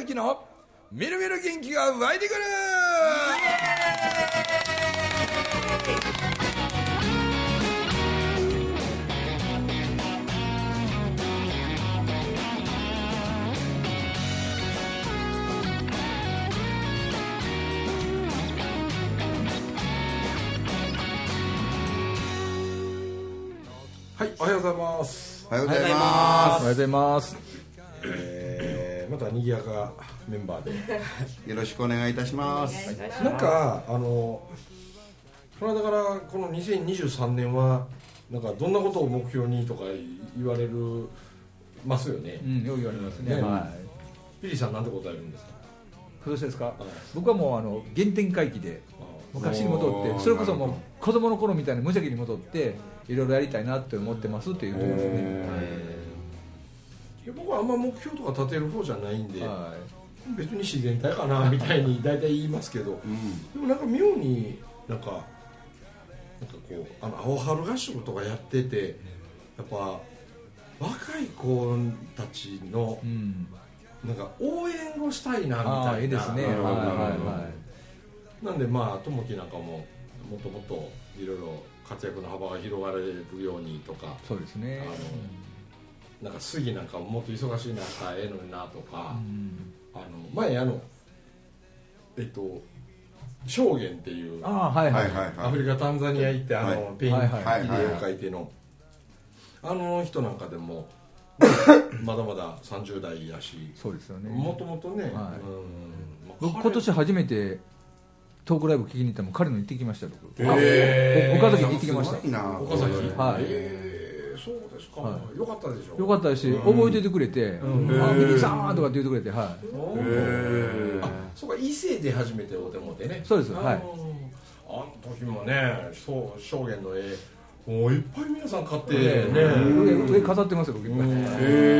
明のみるみる元気が湧いてくる。はい、おはようございます。 おはようございます。おはようございます。 また賑やかメンバーでよろしくお願いいたします。 なんかこの間からこの2023年はなんかどんなことを目標にとか言われるますよね。 よく言われますね。はい。 ピリさんなんて答えるんですか。 今年ですか。僕はもう原点回帰で昔に戻って、それこそもう子供の頃みたいに無邪気に戻っていろいろやりたいなって思ってますっていうことですね。 僕はあんま目標とか立てる方じゃないんで、別に自然体かなみたいに大体言いますけど、でもなんか妙になんかこう青春合宿とかやってて、やっぱ若い子たちのなんか応援をしたいなみたいな。 いいですね。 なんでまあ友樹なんかももっともっといろいろ活躍の幅が広がれるようにとか。 そうですね。 なんか杉なんかもっと忙しいなったらええのになとか、前証言っていうアフリカタンザニア行ってペイン絵を描いての人なんかでもまだまだ30代やし、 そうですよね。 もともとね、 僕今年初めてトークライブ聞きに行ったの彼の行ってきました。僕岡崎に行ってきました。 岡崎、 はい。 そうですか、よかったでしょ。 よかったし、覚えててくれて、ミリさんとかって言ってくれて、はい。 そうか、異性で初めてお手もてね。 そうです、はい。 あの時もね、証言の絵もういっぱい皆さん買ってね、 上飾ってますよ、僕いっぱい。 なんか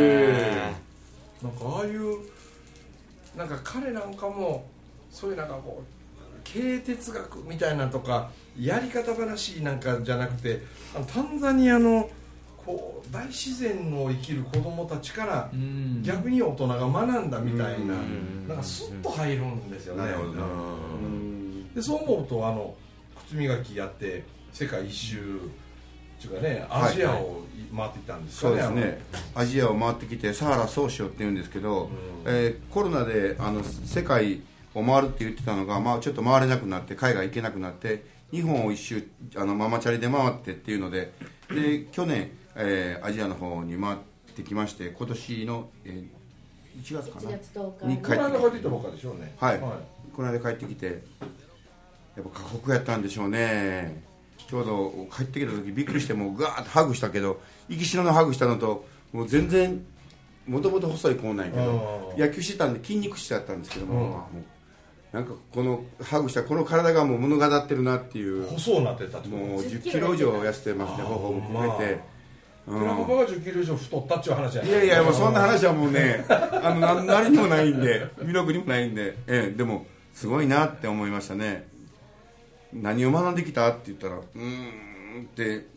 ああいうなんか彼なんかもそういうなんかこう経営哲学みたいなとかやり方話なんかじゃなくて、タンザニアのこう大自然の生きる子どもたちから逆に大人が学んだみたいな、なんかスッと入るんですよね。でそう思うと靴磨きやって世界一周っていうかね、アジアを回ってきたんですかね。 そうですね。アジアを回ってきてサハラ総称って言うんですけど、コロナで世界を回るって言ってたのが、ちょっと回れなくなって海外行けなくなって日本を一周ママチャリで回ってっていうので、去年アジアの方に回ってきまして、今年の、1月かなに帰ってきて、 この間帰ってきたばっかでしょうね。 はい、この間帰ってきて、やっぱ過酷やったんでしょうね。ちょうど帰ってきた時びっくりして、もうガーッとハグしたけど、行きしろのハグしたのともう全然、もともと細い子なんやけど野球してたんで筋肉質だったんですけども、もうなんかこのハグしたこの体がもう物語ってるなっていう。 細なってたって、 もう10キロ以上痩せてますね、頬も含めて。 パパが10キロ以上太ったっていう話やね。 いやもうそんな話はもうね何にもないんで、魅力にもないんで、でもすごいなって思いましたね。何を学んできたって言ったら、って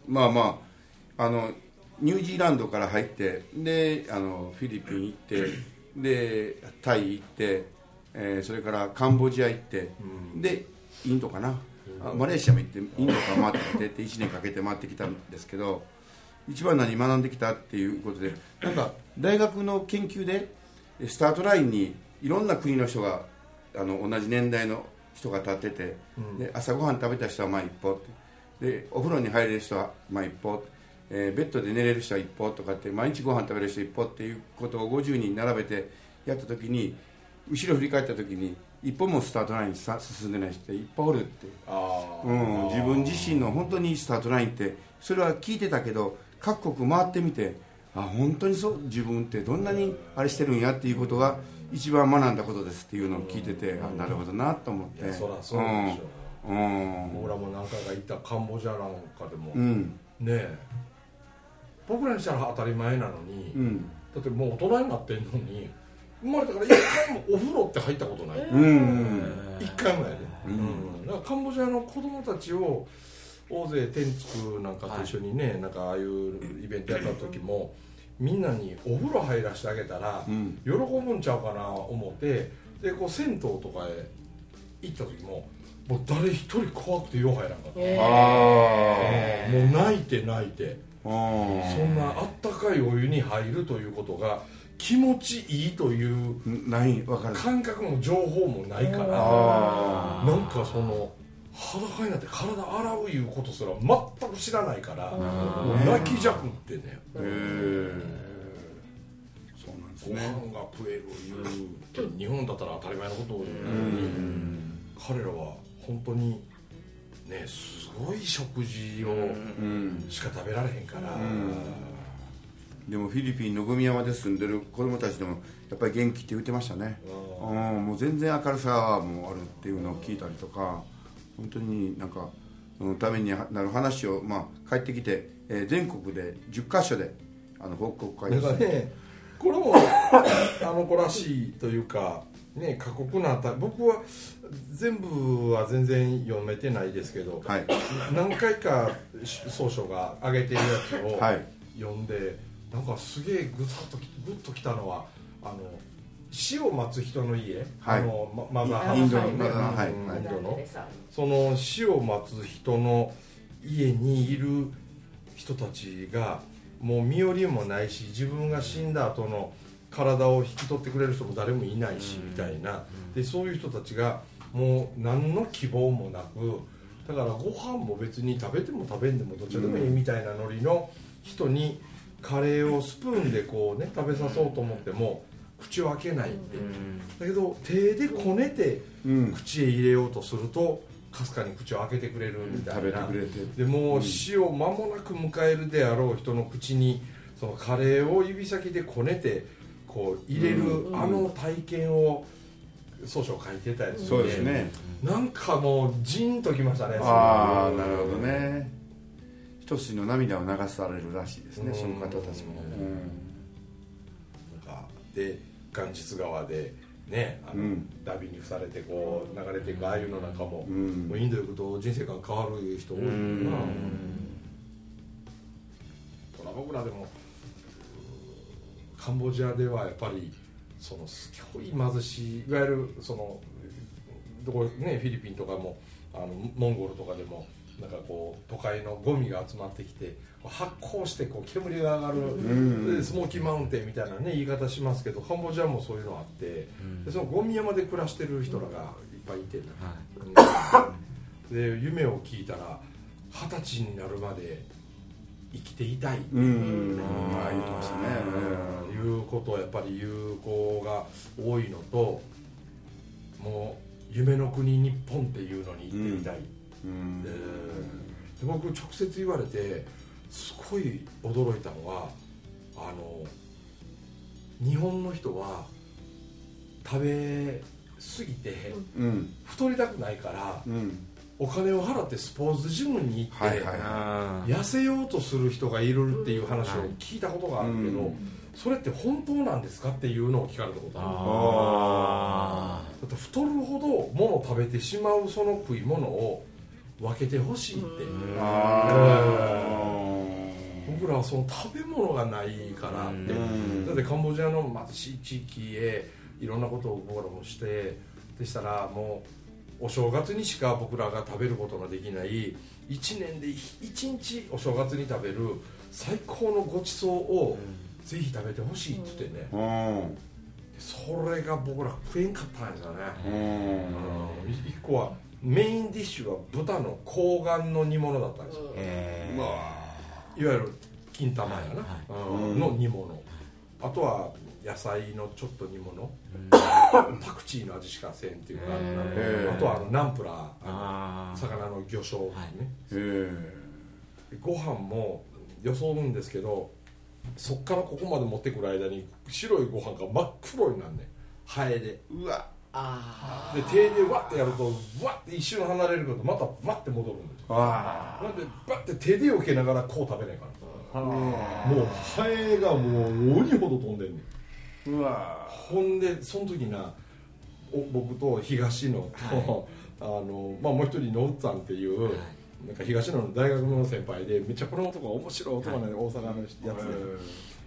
ニュージーランドから入って、でフィリピン行って、でタイ行って、それからカンボジア行って、でインドかな、マレーシアも行ってインドから回ってきて1年かけて回ってきたんですけど、一番何学んできたっていうことで、なんか大学の研究でスタートラインにいろんな国の人が同じ年代の人が立ってて、で朝ごはん食べた人は一歩って、でお風呂に入れる人は一歩、ベッドで寝れる人は一歩とかって、毎日ご飯食べれる人一歩っていうことを50人並べてやった時に、後ろ振り返った時に一歩もスタートラインに進んでない人っていっぱいおるって。自分自身の本当にスタートラインって、それは聞いてたけど各国回ってみて、本当にそう、自分ってどんなにあれしてるんやっていうことが一番学んだことですっていうのを聞いてて、なるほどなと思って。 そりゃそうでしょ。僕らも何回か行ったカンボジアなんかでも、ね僕らにしたら当たり前なのに、だってもう大人になってんのに、生まれたから一回もお風呂って入ったことない、一回もやで、だからカンボジアの子供たちを大勢天竺なんかと一緒にね、なんかああいうイベントやった時もみんなにお風呂入らせてあげたら、喜ぶんちゃうかな思って、でこう銭湯とかへ行った時ももう誰一人怖くてよう入らんかった、もう泣いてそんなあったかいお湯に入るということが気持ちいいという感覚も情報もないから、なんかその裸になって体洗ういうことすら全く知らないから、もう泣きじゃくってね、 そうなんですね。 ご飯が食えるいう日本だったら当たり前のことなのに、彼らは本当にねすごい食事をしか食べられへんから、 でもフィリピンのグミ山で住んでる子供たちでもやっぱり元気って言ってましたね。もう全然明るさもあるっていうのを聞いたりとか、本当になんかそのためになる話を、帰ってきて、全国で10カ所で報告会ですなんかね、これも子らしいというかね、過酷な僕は全部は全然読めてないですけど、何回か総書が上げてるやつを読んで、なんかすげえグッときたのは死を待つ人の家、マザーハウス、インドのその死を待つ人の家にいる人たちがもう身寄りもないし、自分が死んだ後の体を引き取ってくれる人も誰もいないしみたいな、でそういう人たちがもう何の希望もなく、だからご飯も別に食べても食べんでもどっちでもいいみたいなノリの人にカレーをスプーンでこうね食べさそうと思っても口を開けないって、だけど手でこねて口へ入れようとするとかすかに口を開けてくれるみたいな、でもう死を間もなく迎えるであろう人の口にそのカレーを指先でこねてこう入れる、あの体験を総書書いてたやつで、 そうですね、 なんかもうジーンときましたね。 なるほどね。一筋の涙を流されるらしいですね、その方たちも。 なんかで元日川でね、ダビに付されてこう流れていくああいうのなんかも、もうインド行くと人生が変わる人多いな。僕らでもカンボジアではやっぱりそのすごい貧しい、いわゆるそのどこね、フィリピンとかもモンゴルとかでもなんかこう都会のゴミが集まってきて発酵してこう煙が上がる、でスモーキーマウンテンみたいなね言い方しますけど、カンボジアもそういうのあって、でそのゴミ山で暮らしてる人らがいっぱいいてる、で夢を聞いたら20歳になるまで生きていたいって言ってましたね。いうことをやっぱり言う子が多いのと、もう夢の国日本っていうのに行ってみたい、で僕直接言われてすごい驚いたのは、日本の人は食べ過ぎて太りたくないから、お金を払ってスポーツジムに行って痩せようとする人がいるっていう話を聞いたことがあるけど、それって本当なんですかっていうのを聞かれたことある。だって太るほど物を食べてしまうその食い物を分けてほしいって。僕らはその食べ物がないからって、だってカンボジアの貧しい地域へいろんなことを僕らもしてでしたら、もうお正月にしか僕らが食べることができない1年で1日お正月に食べる最高のごちそうをぜひ食べてほしいって言ってね、それが僕ら食えんかったんですよね。1個はメインディッシュが豚の睾丸の煮物だったんですよ、いわゆる金玉やな、の煮物、あとは野菜のちょっと煮物、パクチーの味しかせんっていうか、あとはナンプラー、魚の魚醤ね、ご飯もよそうるんですけど、そっからここまで持ってくる間に白いご飯が真っ黒になんねん、ハエで。うわで手でワッてやるとワッて一瞬離れるけどまたワッて戻るんですよ。なんでバッて手で避けながらこう食べないから、もうハエがもう鬼ほど飛んでんねん。ほんでその時な、僕と東野と、もう一人のうっつぁんっていうなんか東野の大学の先輩で、めっちゃこの男が面白い男なんで、大阪のやつで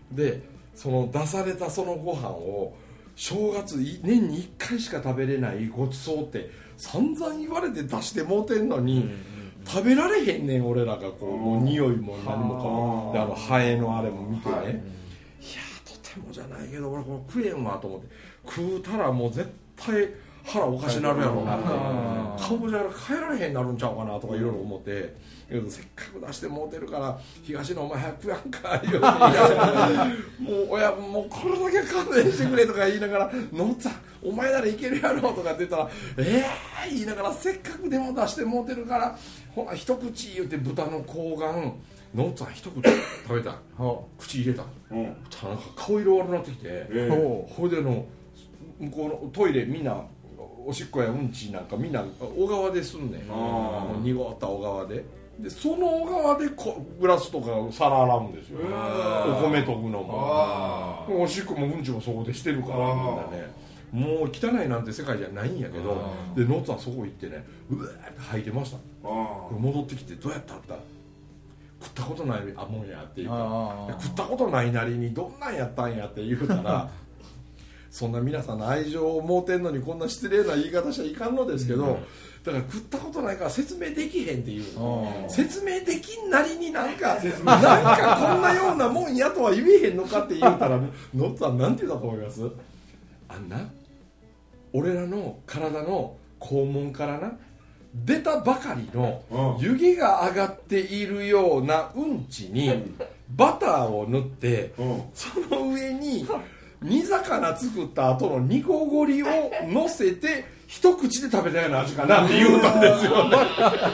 でその出されたそのご飯を正月年に1回しか食べれないごちそうって散々言われて出してもうてんのに、食べられへんねん俺らがこう、もう匂いも何もかもでハエのあれも見てね、いやとてもじゃないけど俺これ食えんわと思って食うたらもう絶対腹おかしなるやろうなってカンボジアから帰られへんなるんちゃうかなとかいろいろ思って、せっかく出してもうてるから東野お前早くやんか言うてもう親分もうこれだけ勘弁してくれとか言いながらのっつぁんお前ならいけるやろとかって言ったら言いながらせっかくでも出してもうてるからほな一口言うて豚の睾丸のっつぁん一口食べた口入れた、なんか顔色悪くなってきて、ほいでの向こうのトイレみんなおしっこやうんちなんかみんな小川ですんねん、濁った小川でその小川でグラスとか皿洗うんですよ、お米とぐのもおしっこもうんちもそこでしてるからみんなね、もう汚いなんて世界じゃないんやけど、でノッツさんそこ行ってねうわーって吐いてました。戻ってきてどうやったった食ったことないもんやっていうか食ったことないなりにどんなんやったんやって言うたらそんな皆さんの愛情をもうてんのにこんな失礼な言い方しちゃいかんのですけど、だから食ったことないから説明できへんっていう説明できんなりになんかこんなようなもんやとは言えへんのかって言うたらノッツさんなんて言うたと思います？あんな俺らの体の肛門からな出たばかりの湯気が上がっているようなうんちにバターを塗ってその上に煮魚作った後の煮こごりを乗せて一口で食べたような味かなって言うたんですよね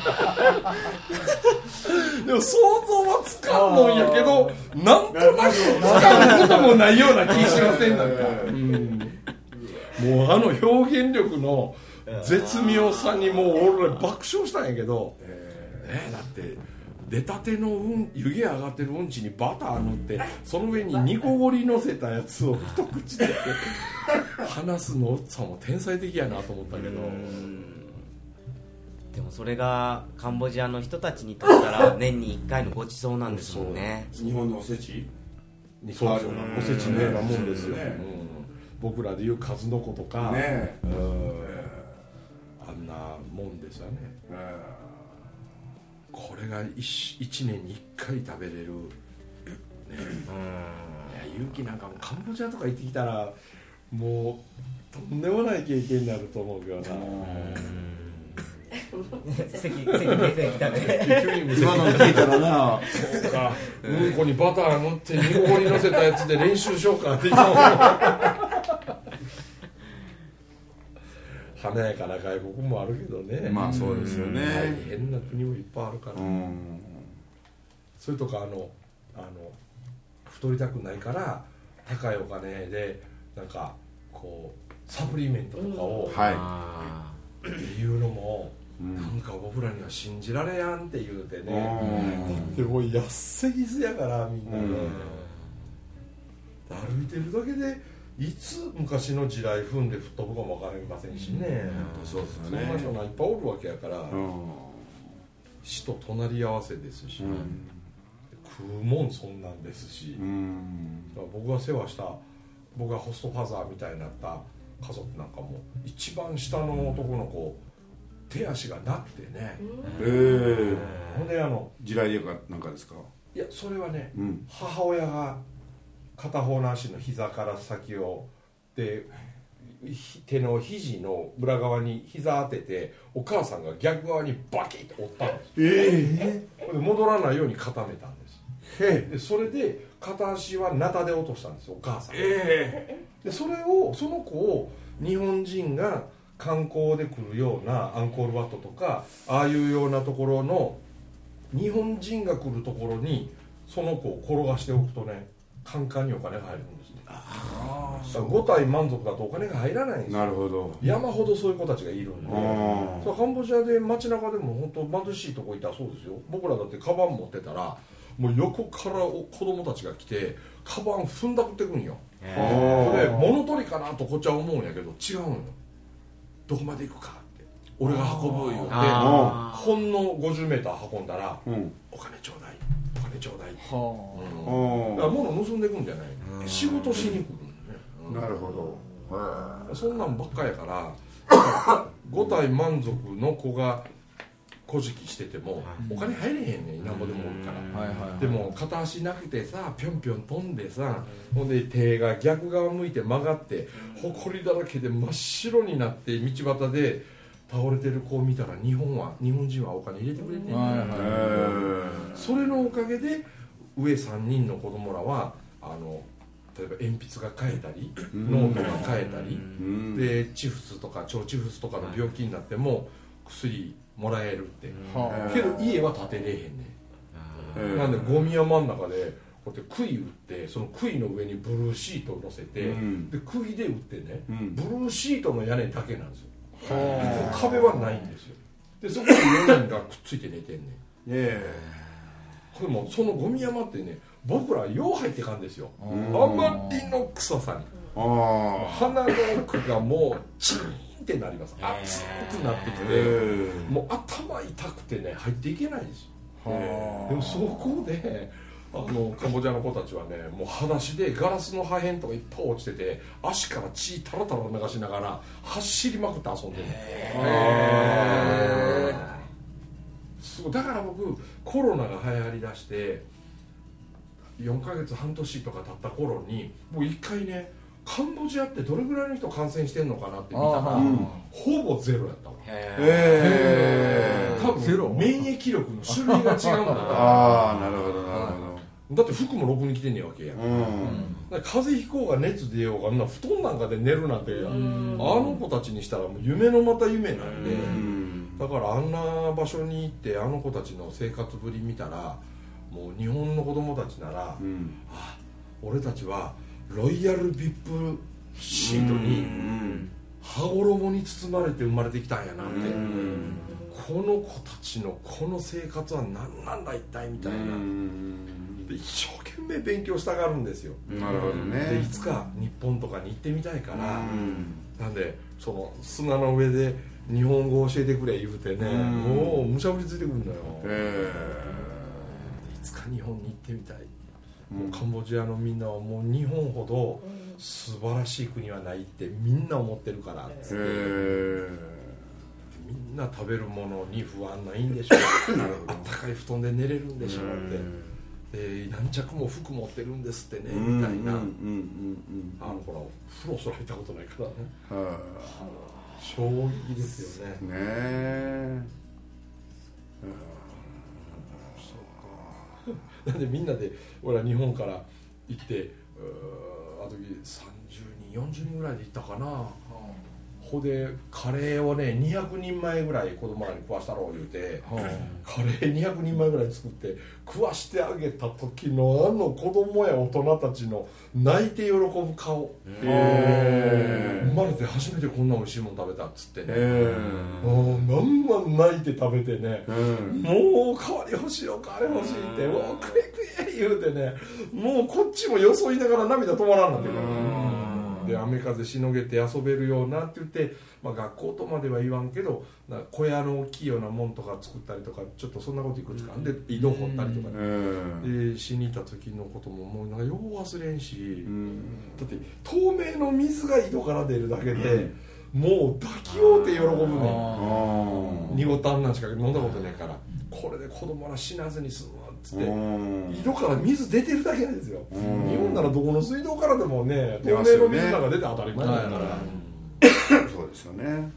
でも想像はつかんもんやけどなんとなくつかんこともないような気しませんなんか、もうあの表現力の絶妙さにもう俺爆笑したんやけど、だって出たての湯気上がってるうんちにバター塗ってその上に煮こごり乗せたやつを一口で話すのさも天才的やなと思ったけど、 でもそれがカンボジアの人たちにとったら年に1回のごちそうなんですもんね。 日本のおせちに変わるようなおせちのようなもんですよ、僕らでいう数の子とか、あんなもんですよね、これが 1年に1回食べれる、勇気なんかもカンボジアとか行ってきたらもうとんでもない経験になると思うけどな。 席出てきたね今の聞いたらなそうか、うんこにバター乗って煮こごり乗せたやつで練習しようかって言った華やかな外国もあるけどね、 まあそうですよね、 大変な国もいっぱいあるから、それとか太りたくないから高いお金でなんかこうサプリメントとかを、っていうのも、なんか僕らには信じられやんって言うてね、だってもう安いすやからみんなね、歩いてるだけでいつ昔の地雷踏んで吹っ飛ぶかも分かりませんしね、 そうですよね、 そんな人がいっぱいおるわけやから、死と隣り合わせですし、食うもんそんなんですし、僕が世話した僕がホストファザーみたいになった家族なんかも一番下の男の子手足がなくてね、ほんで地雷かなんかですか？ いやそれはね、母親が片方の足の膝から先をで手の肘の裏側に膝当ててお母さんが逆側にバキッと折ったんです、で戻らないように固めたんです、でそれで片足はナタで落としたんですよお母さん、でその子を日本人が観光で来るようなアンコールワットとかああいうようなところの日本人が来るところにその子を転がしておくとねカンカンにお金が入るんですね。5体満足だとお金が入らないんですよ。 なるほど。 山ほどそういう子たちがいるんで、カンボジアで街中でも本当貧しいとこいたらそうですよ。僕らだってカバン持ってたらもう横から子供たちが来てカバン踏んだくってくんよ。で物取りかなとこっちは思うんやけど違うんよ。どこまで行くかって俺が運ぶ言うてほんの 50m 運んだら、お金ちょうだいお金ちょうだいって、 はだから物盗んでいくんじゃない、仕事しに来る、 なるほど。 そんなんばっかやから5体満足の子が小じきしててもお金入れへんねん、なんぼでもおるから、 はいはいはい、 でも片足なくてさぴょんぴょん飛んでさ、ほんで手が逆側向いて曲がってほこりだらけで真っ白になって道端で倒れてる子を見たら日本人はお金入れてくれてんねん、 はいはい、 それのおかげで上3人の子供らは例えば鉛筆が買えたり、ノートが買えたり、でチフスとか腸チフスとかの病気になっても薬もらえるって、けど家は建てれへんねん、なんでゴミ山の中でこうやって杭打って、その杭の上にブルーシートを乗せて、で杭で打ってね、ブルーシートの屋根だけなんですよ、壁はないんですよ。でそこに4人がくっついて寝てんねん、これもそのゴミ山ってね、僕らよう入ってかんですよ、あまりの臭さに鼻の奥がもうチーンってなります、熱くなってきて、もう頭痛くてね入っていけないんですよ。でもそこでカンボジアの子たちはね、もう裸足でガラスの破片とかいっぱい落ちてて、足から血タラタラ流しながら走りまくって遊んでる。そうだから僕コロナが流行りだして4ヶ月半年とか経った頃にもう一回ね、カンボジアってどれぐらいの人感染してんのかなって見たら、ほぼゼロやったわ。多分免疫力の種類が違うんだああ、なるほどなるほど。だって服もろくに着てんねえわけや、だから風邪ひこうが熱出ようが、布団なんかで寝るなんて、あの子たちにしたらもう夢のまた夢なんで、だからあんな場所に行ってあの子たちの生活ぶり見たら、もう日本の子供たちなら、あ、俺たちはロイヤルビップシートに羽衣に包まれて生まれてきたんやなって、この子たちのこの生活は何なんだ一体みたいな、で一生懸命勉強したがるんですよ。 なるほどね。 でいつか日本とかに行ってみたいから、なんでその砂の上で日本語を教えてくれ言うてね、もうむしゃぶりついてくるんだよ。いつか日本に行ってみたい。もうカンボジアのみんなはもう日本ほど素晴らしい国はないってみんな思ってるからっつって、みんな食べるものに不安ないんでしょうあったかい布団で寝れるんでしょうって何着も服持ってるんですってねみたいな、ほら風呂すら入ったことないからね、衝撃ですよね。 ねえ、 なんでみんなで俺は日本から行ってあの時30人40人ぐらいで行ったかな、ほでカレーをね200人前ぐらい子供らに食わしたろう言うて、カレー200人前ぐらい作って食わしてあげた時の子供や大人たちの泣いて喜ぶ顔、生まれて初めてこんな美味しいもの食べたっつってね、まん泣いて食べてね、もう代わり欲しいよ代わり欲しいって、もう食え食え言うてね、もうこっちもよそいながら涙止まらんなってくる。で雨風しのげて遊べるようなって言って、学校とまでは言わんけど小屋の大きいようなもんとか作ったりとか、ちょっとそんなこといくつか、で井戸掘ったりとかね、で死にた時のことももうなんかよう忘れんし、だって透明の水が井戸から出るだけで、もう抱き合うて喜ぶねん。濁ったあんなんしか飲んだことないから、これで子供ら死なずに済むわっつって、井戸から水出てるだけなんですよ。日本ならどこの水道からでもね、透明の水なんか出て当たり前だから、 そうですよね。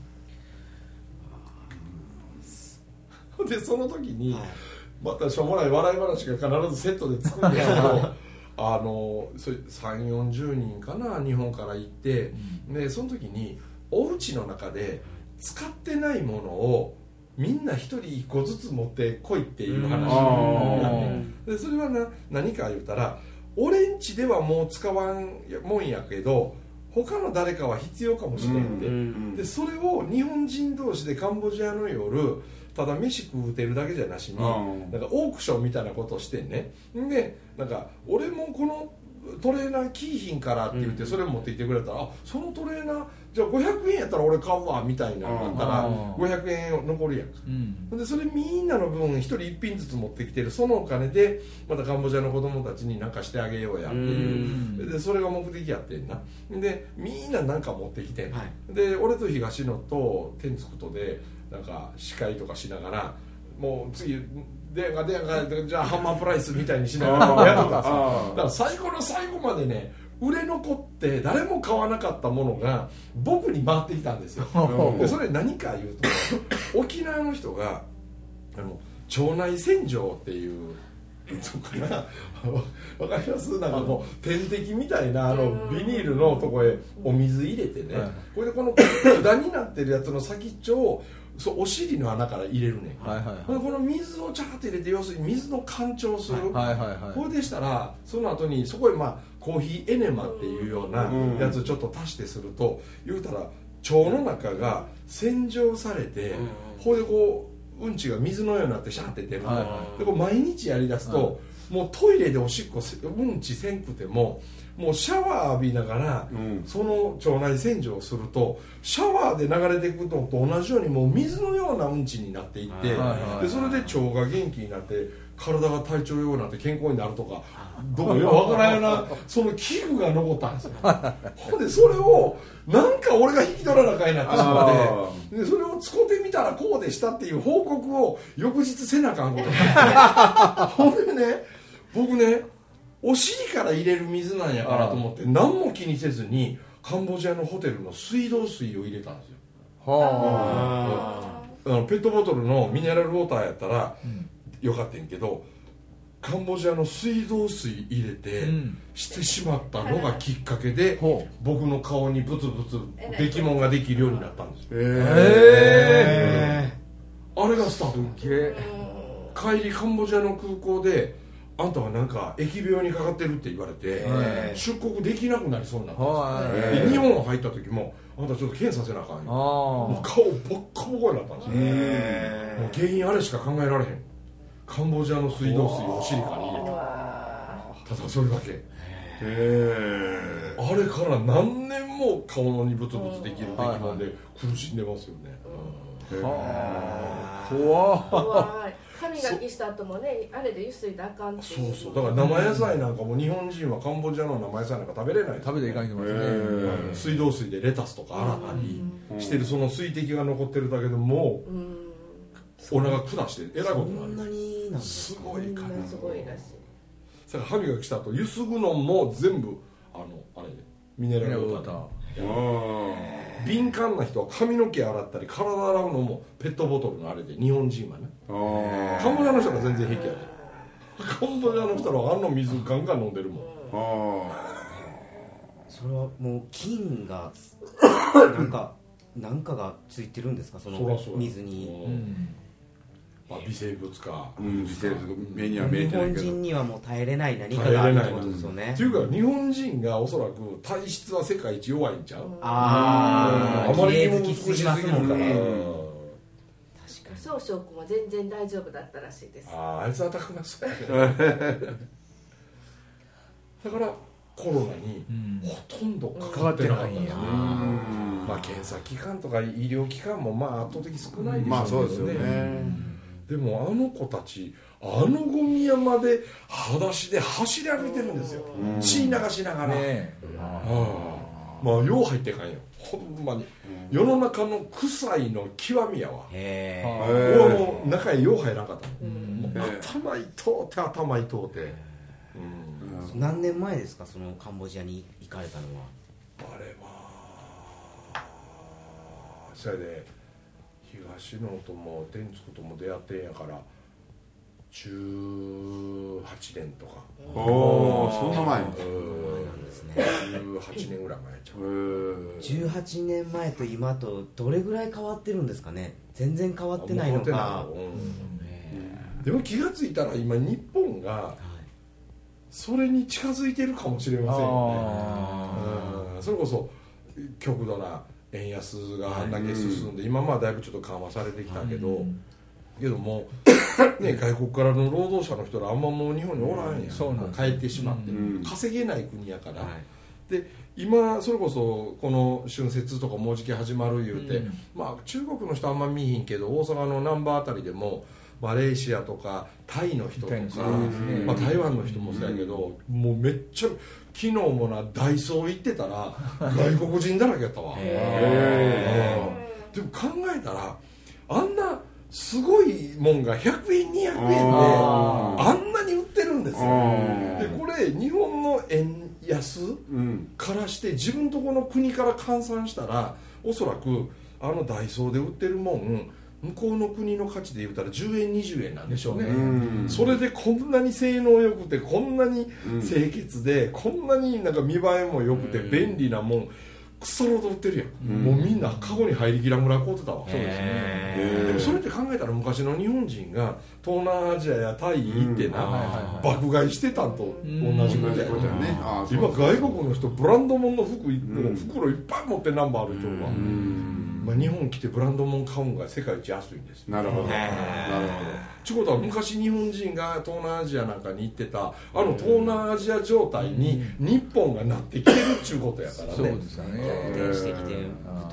でその時にまたしょうもない笑い話が必ずセットでつくんですけどそれ30-40人かな、日本から行って、でその時にお家の中で使ってないものをみんな一人一個ずつ持ってこいっていう話になって、でそれは何か言うたら、俺んちではもう使わんもんやけど他の誰かは必要かもしれんって、でそれを日本人同士でカンボジアの夜ただ飯食うてるだけじゃなしに、なんかオークションみたいなことをしてんね。でなんか俺もこのトレーナーキーヒンからって言ってそれ持ってきてくれたら、そのトレーナーじゃあ500円やったら俺買うわみたいなのだったら500円残るやん、でそれみんなの分1人1品ずつ持ってきてる、そのお金でまたカンボジアの子供たちに何かしてあげようやっていう、でそれが目的やってんな。でみんな何か持ってきてん、で俺と東野と天竺とでなんか司会とかしながら、もう次電話じゃあハンマープライスみたいにしながらやってたさ。だから最後の最後までね、売れ残って誰も買わなかったものが僕に回ってきたんですよ。でそれ何か言うと、沖縄の人が腸内洗浄っていうそうかなわかります？なんかもう点滴みたいなビニールのとこへお水入れてね、これでこの管になってるやつの先っちょをお尻の穴から入れるね、この水をチャーって入れて、要するに水の干潮する、これでしたらその後にそこへコーヒーエネマっていうようなやつをちょっと足してすると、言うたら腸の中が洗浄されて、これでこううんちが水のようになってシャーって出る、でこれ毎日やりだすと、もうトイレでおしっこうんちせんくても、もうシャワー浴びながら、その腸内洗浄をすると、シャワーで流れていくのと同じようにもう水のようなうんちになっていって、でそれで腸が元気になって体が体調良くなって健康になるとか、どうよ分からんようなその器具が残ったんですよ。ほんでそれをなんか俺が引き取らなあかんなってしまって、でそれを使ってみたらこうでしたっていう報告を翌日せなあかんことになって、ほんでね、僕ね、お尻から入れる水なんやからと思って何も気にせずにカンボジアのホテルの水道水を入れたんですよ。ペットボトルのミネラルウォーターやったらよかったんやけど、カンボジアの水道水入れてしてしまったのがきっかけで、僕の顔にブツブツできもんができるようになったんですよ。あれがスタート。帰りカンボジアの空港で、あんたはなんか疫病にかかってるって言われて、出国できなくなりそうになったんですよ。日本入った時も、あんたちょっと検査せなあかんよ、もう顔ボッコボコになったんですよ。もう原因あれしか考えられへん。カンボジアの水道水をお尻から入れた、ただそれだけ。あれから何年も顔にブツブツできるできもんで苦しんでますよね。 怖い。歯磨きした後もね、あれでゆすいであかんっていう。 そうだから生野菜なんかも日本人はカンボジアの生野菜なんか食べれない、 食べていかんと思いますね。 水道水でレタスとか洗ったりしてる、その水滴が残ってるだけでもうお腹下してえらいことになる。すごいから、 すごいらしい。 だから歯磨きした後ゆすぐのも全部あれミネラルウォーター。敏感な人は髪の毛洗ったり体洗うのもペットボトルのあれで、日本人はね。カンボジアの人が全然平気やで。カンボジアの人はあの水ガンガン飲んでるもん。 それはもう菌がなんかがついてるんですか、その水に。 微生物か、 微生物目には見えてないけど、 日本人にはもう耐えれない何かがあるってことですよね。 っていうか日本人がおそらく体質は世界一弱いんちゃう。 あまりにも美しすぎるから。 少々君は全然大丈夫だったらしいです。 あいつはたくましそうやね。だからコロナにほとんどかかってなかったんですね。検査機関とか医療機関も圧倒的少ないでしょうけどね。 そうですよね。 でもあの子たちゴミ山で裸足で走り歩いてるんですよ。血流しながら。よう入ってかんよ、ほんまに。世の中の臭いの極みやわ。俺はもう中へよう入らなかったの。頭痛うて。 何年前ですか、そのカンボジアに行かれたのは。 あれそれで東野とも天竺とも出会ってんやから18年とか。 そんな前。 なんですね。 18年ぐらい前ちゃう。 18年前と今とどれぐらい変わってるんですかね。全然変わってないのか。 でも気がついたら今日本がそれに近づいてるかもしれませんよね。それこそ極度な円安があんだけ進んで、今だいぶちょっと緩和されてきたけど、 けどもね、外国からの労働者の人らあんまもう日本におらんやん、 そうなんです帰ってしまって、 うん稼げない国やから、 はいで今それこそこの春節とかもうじき始まる言うて、まあ、中国の人あんま見えへんけど大阪の難波あたりでもマレーシアとかタイの人とか、まあ、台湾の人もそうやけど、もうめっちゃ昨日もなダイソー行ってたら外国人だらけやったわ。でも考えたらあんなすごいもんが100円200円であんなに売ってるんですよ。でこれ日本の円安からして自分とこの国から換算したらおそらくあのダイソーで売ってるもん向こうの国の価値で言うたら10円20円なんでしょうね。それでこんなに性能良くてこんなに清潔でこんなになんか見栄えも良くて便利なもんクソロード売ってるやん、もうみんなカゴに入りきらんぐらい買うてたわ。そうですね。でもそれって考えたら昔の日本人が東南アジアやタイ行ってな、爆買いしてたんと同じことやよね。今外国の人ブランド物の服袋いっぱい持ってナンバー歩いてるわ。まあ、日本来てブランド物買うんが世界一安いんです。 なるほど。なるほど。 ちゅうことは昔日本人が東南アジアなんかに行ってたあの東南アジア状態に日本がなってきてるっちゅうことやからね。 そうですよね。 逆転してきてる。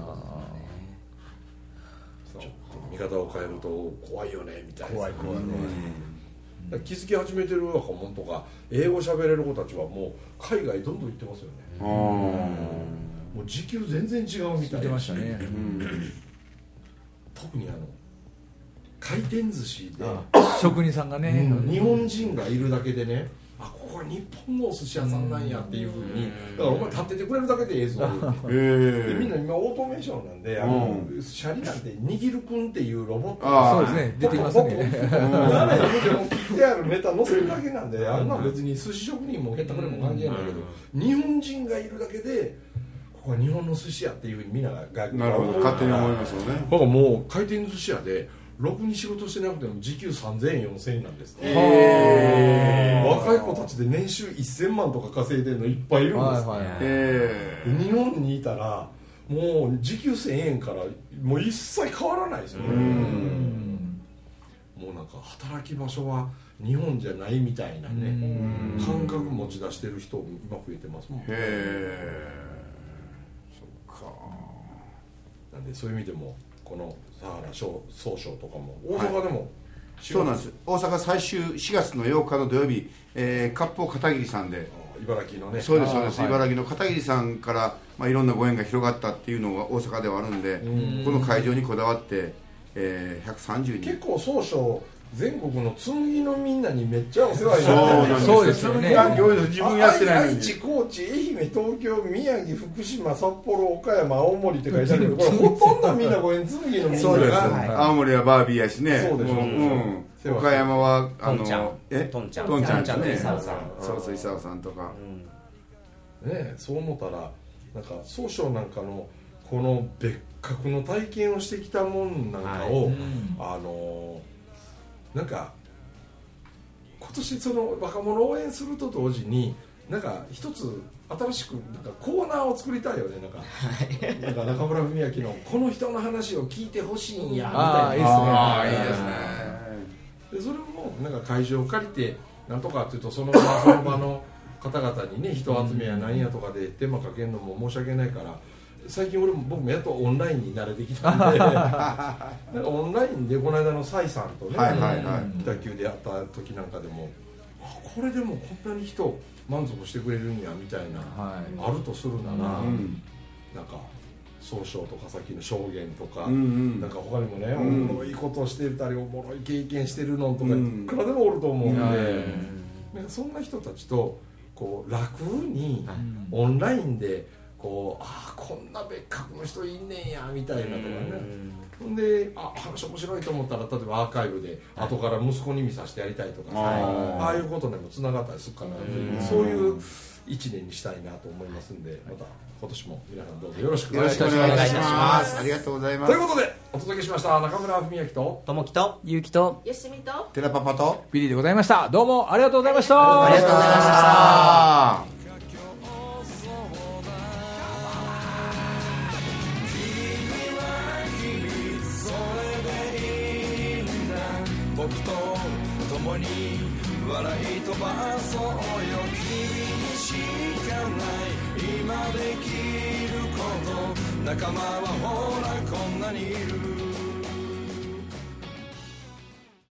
ちょっと見方を変えると怖いよねみたいな。 怖い怖いね。 気づき始めてる若者とか英語喋れる子たちはもう海外どんどん行ってますよね。もう時給全然違うみたいな。 出ましたね。 特に回転寿司で職人さんがね、 日本人がいるだけでね、あここは日本のお寿司屋さんなんやっていうふうに、だからお前立っててくれるだけで映像でみんな今オートメーションなんでシャリなんて握るくんっていうロボットそうですね、出てきますね。 誰でも切ってあるネタ乗せるだけなんで、あんな別に寿司職人もへったくれも関係ないけど、日本人がいるだけでここは日本の寿司屋っていうふうにみんなが外国なるほど、勝手に思いますよね。 だからもう回転寿司屋でろくに仕事してなくても時給3000円4000円なんですって。若い子たちで年収1000万とか稼いでるのいっぱいいるんです。日本にいたらもう時給1000円からもう一切変わらないですよね。もうなんか働き場所は日本じゃないみたいなね感覚持ち出してる人今増えてますもん。なんでそういう意味でもこの佐原総称とかも大阪でも、 そうなんです。大阪最終4月の8日の土曜日、割烹片桐さんで、 茨城のね、 そうですそうです、茨城の片桐さんから、まあ、いろんなご縁が広がったっていうのが大阪ではあるんで、この会場にこだわって、130人結構総称全国の紬のみんなにめっちゃお世話になってる。 そうですよね。 自分やってないのに愛知、高知、愛媛、東京、宮城、福島、札幌、岡山、青森って書いてあるけど、これほとんどみんなご縁紬のみんなが。 そうです。青森はバービーやしね。 そうでしょ。 岡山はトンちゃんね、 そうそう、伊沢さんとか。 ね、そう思ったらなんか総称なんかのこの別格の体験をしてきたもんなんかを、なんか今年その若者を応援すると同時になんか一つ新しくなんかコーナーを作りたいよね。なんか中村文明のこの人の話を聞いてほしいんやみたいな。いいですね。でそれもなんか会場を借りてなんとかっていうとその場の方々にね人集めやなんやとかで手間かけるのも申し訳ないから。最近僕もやっとオンラインに慣れてきたんでなんかオンラインでこの間のサイさんとね北九でやった時なんかでもこれでもこんなに人満足してくれるんやみたいな、あるとするなら、なんか総称とかさっきの証言とか、なんか他にもね、おもろいことをしてたりおもろい経験してるのとか、いくらでもおると思うんで、なんかそんな人たちとこう楽にオンラインでこうこんな別格の人いんねんやみたいなとかね。ほんで話面白いと思ったら例えばアーカイブで後から息子に見させてやりたいとかさ、ああいうことでもつながったりするかなというそういう1年にしたいなと思いますんで、また今年も皆さんどうぞよろしくお願いします。 ありがとうございます。 ということでお届けしました中村文明とともきとゆうきとよしみと寺パパとビリーでございました。どうもありがとうございました。 ありがとうございました。 僕と共に笑い飛ばそうよ。君にしかない今できること、仲間はほらこんなにいる。